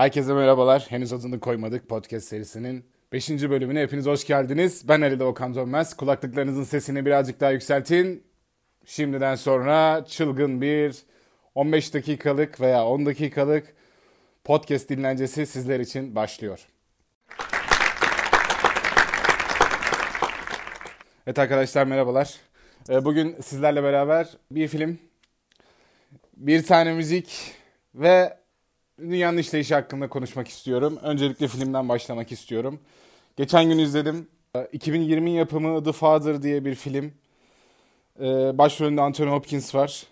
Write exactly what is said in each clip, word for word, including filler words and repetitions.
Herkese merhabalar. Henüz adını koymadık podcast serisinin beşinci bölümüne hepiniz hoş geldiniz. Ben Ali Doğukan Dönmez. Kulaklıklarınızın sesini birazcık daha yükseltin. Şimdiden sonra çılgın bir on beş dakikalık veya on dakikalık podcast dinlencesi sizler için başlıyor. Evet arkadaşlar merhabalar. Ee, Bugün sizlerle beraber bir film, bir tane müzik ve dünyanın işleyişi hakkında konuşmak istiyorum. Öncelikle filmden başlamak istiyorum. Geçen gün izledim. iki bin yirmi yapımı The Father diye bir film. Ee, Başrolünde Anthony Hopkins var.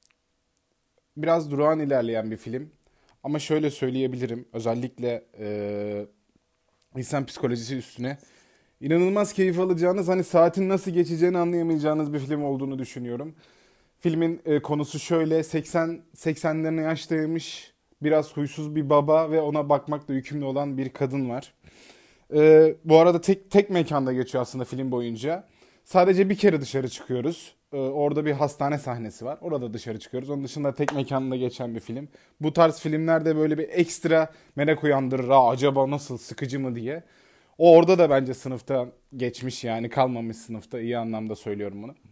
Biraz durağan ilerleyen bir film. Ama şöyle söyleyebilirim. Özellikle e, insan psikolojisi üstüne. İnanılmaz keyif alacağınız, hani saatin nasıl geçeceğini anlayamayacağınız bir film olduğunu düşünüyorum. Filmin e, konusu şöyle. seksen seksenlerine yaştaymış biraz huysuz bir baba ve ona bakmakla yükümlü olan bir kadın var. Ee, bu arada tek tek mekanda geçiyor aslında film boyunca. Sadece bir kere dışarı çıkıyoruz. Ee, orada bir hastane sahnesi var. Orada dışarı çıkıyoruz. Onun dışında tek mekanda geçen bir film. Bu tarz filmlerde böyle bir ekstra merak uyandırır. Aa, acaba nasıl, sıkıcı mı diye. O orada da bence sınıfta geçmiş, yani kalmamış sınıfta, iyi anlamda söylüyorum bunu.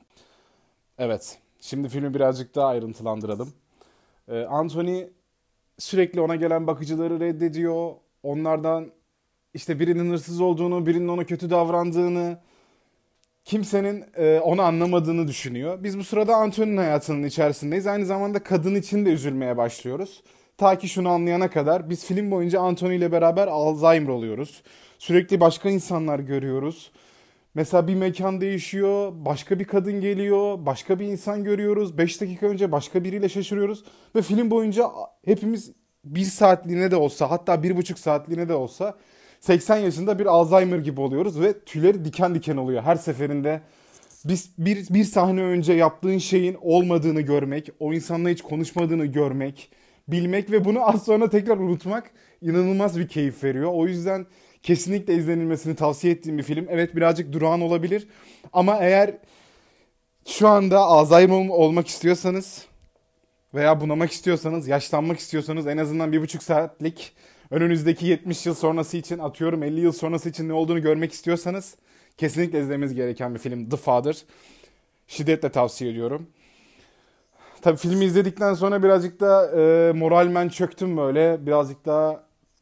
Evet. Şimdi filmi birazcık daha ayrıntılandıralım. Ee, Anthony sürekli ona gelen bakıcıları reddediyor. Onlardan işte birinin hırsız olduğunu, birinin ona kötü davrandığını, kimsenin e, onu anlamadığını düşünüyor. Biz bu sırada Anthony'nin hayatının içerisindeyiz. Aynı zamanda kadın için de üzülmeye başlıyoruz. Ta ki şunu anlayana kadar biz film boyunca Anthony ile beraber Alzheimer oluyoruz. Sürekli başka insanlar görüyoruz. Mesela bir mekan değişiyor, başka bir kadın geliyor, başka bir insan görüyoruz. Beş dakika önce başka biriyle şaşırıyoruz. Ve film boyunca hepimiz bir saatliğine de olsa, hatta bir buçuk saatliğine de olsa seksen yaşında bir Alzheimer gibi oluyoruz. Ve tüyleri diken diken oluyor her seferinde. Biz bir, bir sahne önce yaptığın şeyin olmadığını görmek, o insanla hiç konuşmadığını görmek, bilmek ve bunu az sonra tekrar unutmak inanılmaz bir keyif veriyor. O yüzden kesinlikle izlenilmesini tavsiye ettiğim bir film. Evet, birazcık durağan olabilir ama eğer şu anda Alzheimer olmak istiyorsanız veya bunamak istiyorsanız, yaşlanmak istiyorsanız, en azından bir buçuk saatlik önünüzdeki yetmiş yıl sonrası için, atıyorum elli yıl sonrası için ne olduğunu görmek istiyorsanız kesinlikle izlemeniz gereken bir film The Father. Şiddetle tavsiye ediyorum. Tabii filmi izledikten sonra birazcık da e, moralmen çöktüm böyle. Birazcık daha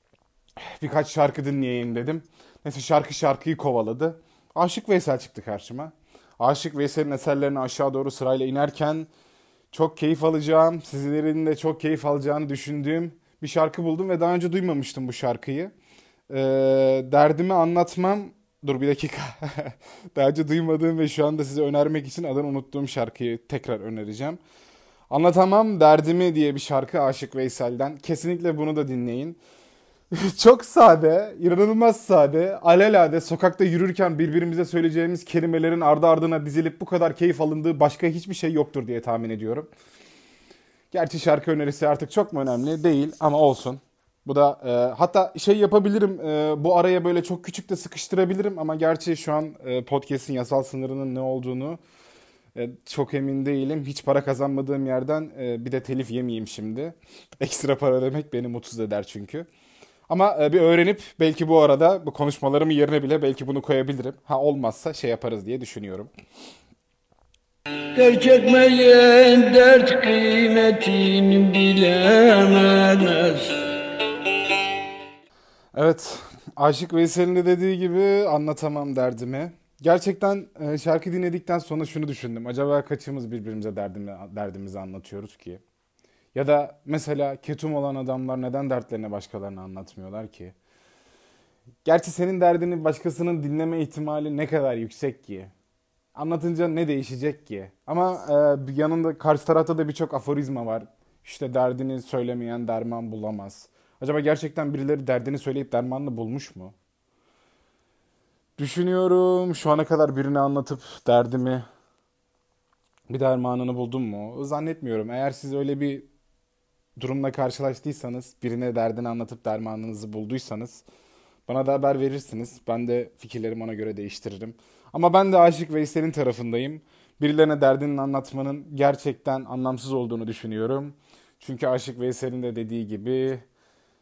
birkaç şarkı dinleyeyim dedim. Neyse, şarkı şarkıyı kovaladı. Aşık Veysel çıktı karşıma. Aşık Veysel'in eserlerini aşağı doğru sırayla inerken çok keyif alacağım, sizlerin de çok keyif alacağını düşündüğüm bir şarkı buldum ve daha önce duymamıştım bu şarkıyı. Ee, Derdimi anlatmam... Dur bir dakika. Daha önce duymadığım ve şu anda size önermek için adını unuttuğum şarkıyı tekrar önereceğim. Anlatamam Derdimi diye bir şarkı Aşık Veysel'den. Kesinlikle bunu da dinleyin. Çok sade, inanılmaz sade, alelade sokakta yürürken birbirimize söyleyeceğimiz kelimelerin ardı ardına dizilip bu kadar keyif alındığı başka hiçbir şey yoktur diye tahmin ediyorum. Gerçi şarkı önerisi artık çok mu önemli? Değil ama olsun. Bu da e, hatta şey yapabilirim, e, bu araya böyle çok küçük de sıkıştırabilirim ama gerçi şu an e, podcast'in yasal sınırının ne olduğunu e, çok emin değilim. Hiç para kazanmadığım yerden e, bir de telif yemeyeyim şimdi. Ekstra para ödemek beni mutsuz eder çünkü. Ama e, bir öğrenip belki bu arada bu konuşmalarımın yerine bile belki bunu koyabilirim. Ha, olmazsa şey yaparız diye düşünüyorum. Terk etmeyen dert kıymetini bilemez. Evet, Aşık Veysel'in de dediği gibi anlatamam derdimi. Gerçekten e, şarkı dinledikten sonra şunu düşündüm. Acaba kaçımız birbirimize derdimi, derdimizi anlatıyoruz ki? Ya da mesela ketum olan adamlar neden dertlerini başkalarına anlatmıyorlar ki? Gerçi senin derdini başkasının dinleme ihtimali ne kadar yüksek ki? Anlatınca ne değişecek ki? Ama e, yanında karşı tarafta da birçok aforizma var. İşte derdini söylemeyen derman bulamaz. Acaba gerçekten birileri derdini söyleyip dermanını bulmuş mu? Düşünüyorum, şu ana kadar birine anlatıp derdimi, bir dermanını buldum mu? Zannetmiyorum. Eğer siz öyle bir durumla karşılaştıysanız, birine derdini anlatıp dermanınızı bulduysanız bana da haber verirsiniz. Ben de fikirlerimi ona göre değiştiririm. Ama ben de Aşık Veysel'in tarafındayım. Birilerine derdini anlatmanın gerçekten anlamsız olduğunu düşünüyorum. Çünkü Aşık Veysel'in de dediği gibi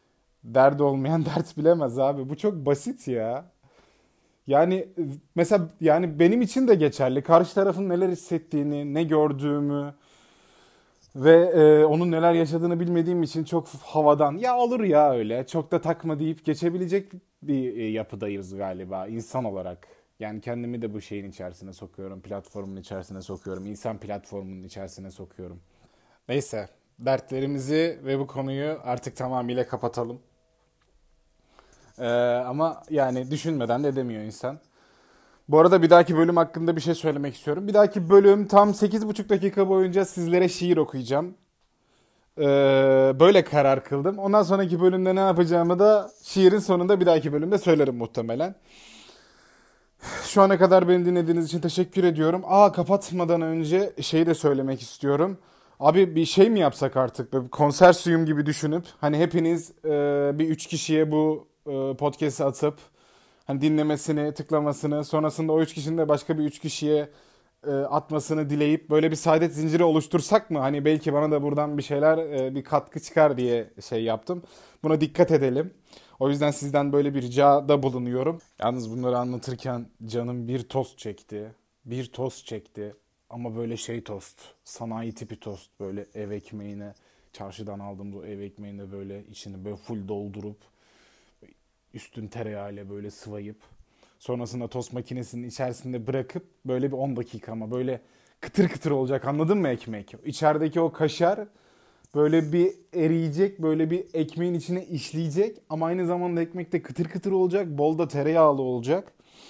Derdi olmayan dert bilemez abi. Bu çok basit ya. Yani mesela yani benim için de geçerli. Karşı tarafın neler hissettiğini, ne gördüğümü ve e, onun neler yaşadığını bilmediğim için çok havadan ya olur ya öyle çok da takma deyip geçebilecek bir e, yapıdayız galiba insan olarak. Yani kendimi de bu şeyin içerisine sokuyorum, platformun içerisine sokuyorum, insan platformunun içerisine sokuyorum. Neyse, dertlerimizi ve bu konuyu artık tamamıyla kapatalım. Ee, ama yani düşünmeden de edemiyor insan. Bu arada bir dahaki bölüm hakkında bir şey söylemek istiyorum. Bir dahaki bölüm tam sekiz buçuk dakika boyunca sizlere şiir okuyacağım. Ee, böyle karar kıldım. Ondan sonraki bölümde ne yapacağımı da şiirin sonunda bir dahaki bölümde söylerim muhtemelen. Şu ana kadar beni dinlediğiniz için teşekkür ediyorum. Aa kapatmadan önce şeyi de söylemek istiyorum. Abi bir şey mi yapsak artık? Böyle bir konsersiyum gibi düşünüp hani hepiniz e, bir üç kişiye bu e, podcast'i atıp hani dinlemesini, tıklamasını, sonrasında o üç kişinin de başka bir üç kişiye e, atmasını dileyip böyle bir saadet zinciri oluştursak mı? Hani belki bana da buradan bir şeyler, e, bir katkı çıkar diye şey yaptım. Buna dikkat edelim. O yüzden sizden böyle bir ricada bulunuyorum. Yalnız bunları anlatırken canım bir tost çekti. Bir tost çekti. Ama böyle şey tost. Sanayi tipi tost. Böyle ev ekmeğine, çarşıdan aldığımız o ev ekmeğine böyle içini böyle full doldurup üstün tereyağıyla böyle sıvayıp sonrasında tost makinesinin içerisinde bırakıp böyle bir on dakika ama böyle kıtır kıtır olacak, anladın mı ekmek? İçerideki o kaşar böyle bir eriyecek, böyle bir ekmeğin içine işleyecek ama aynı zamanda ekmek de kıtır kıtır olacak, bol da tereyağlı olacak.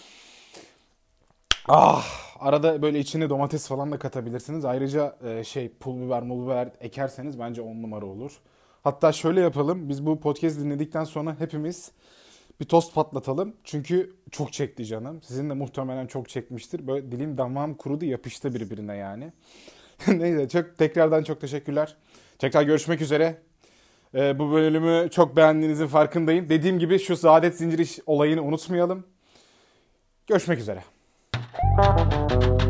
Ah, arada böyle içine domates falan da katabilirsiniz. Ayrıca e, şey pul biber, mul biber ekerseniz bence on numara olur. Hatta şöyle yapalım. Biz bu podcast dinledikten sonra hepimiz bir tost patlatalım. Çünkü çok çekti canım. Sizin de muhtemelen çok çekmiştir. Böyle dilim damağım kurudu, yapıştı birbirine yani. Neyse, çok tekrardan çok teşekkürler. Tekrar görüşmek üzere. Ee, bu bölümü çok beğendiğinizin farkındayım. Dediğim gibi şu saadet zinciri olayını unutmayalım. Görüşmek üzere.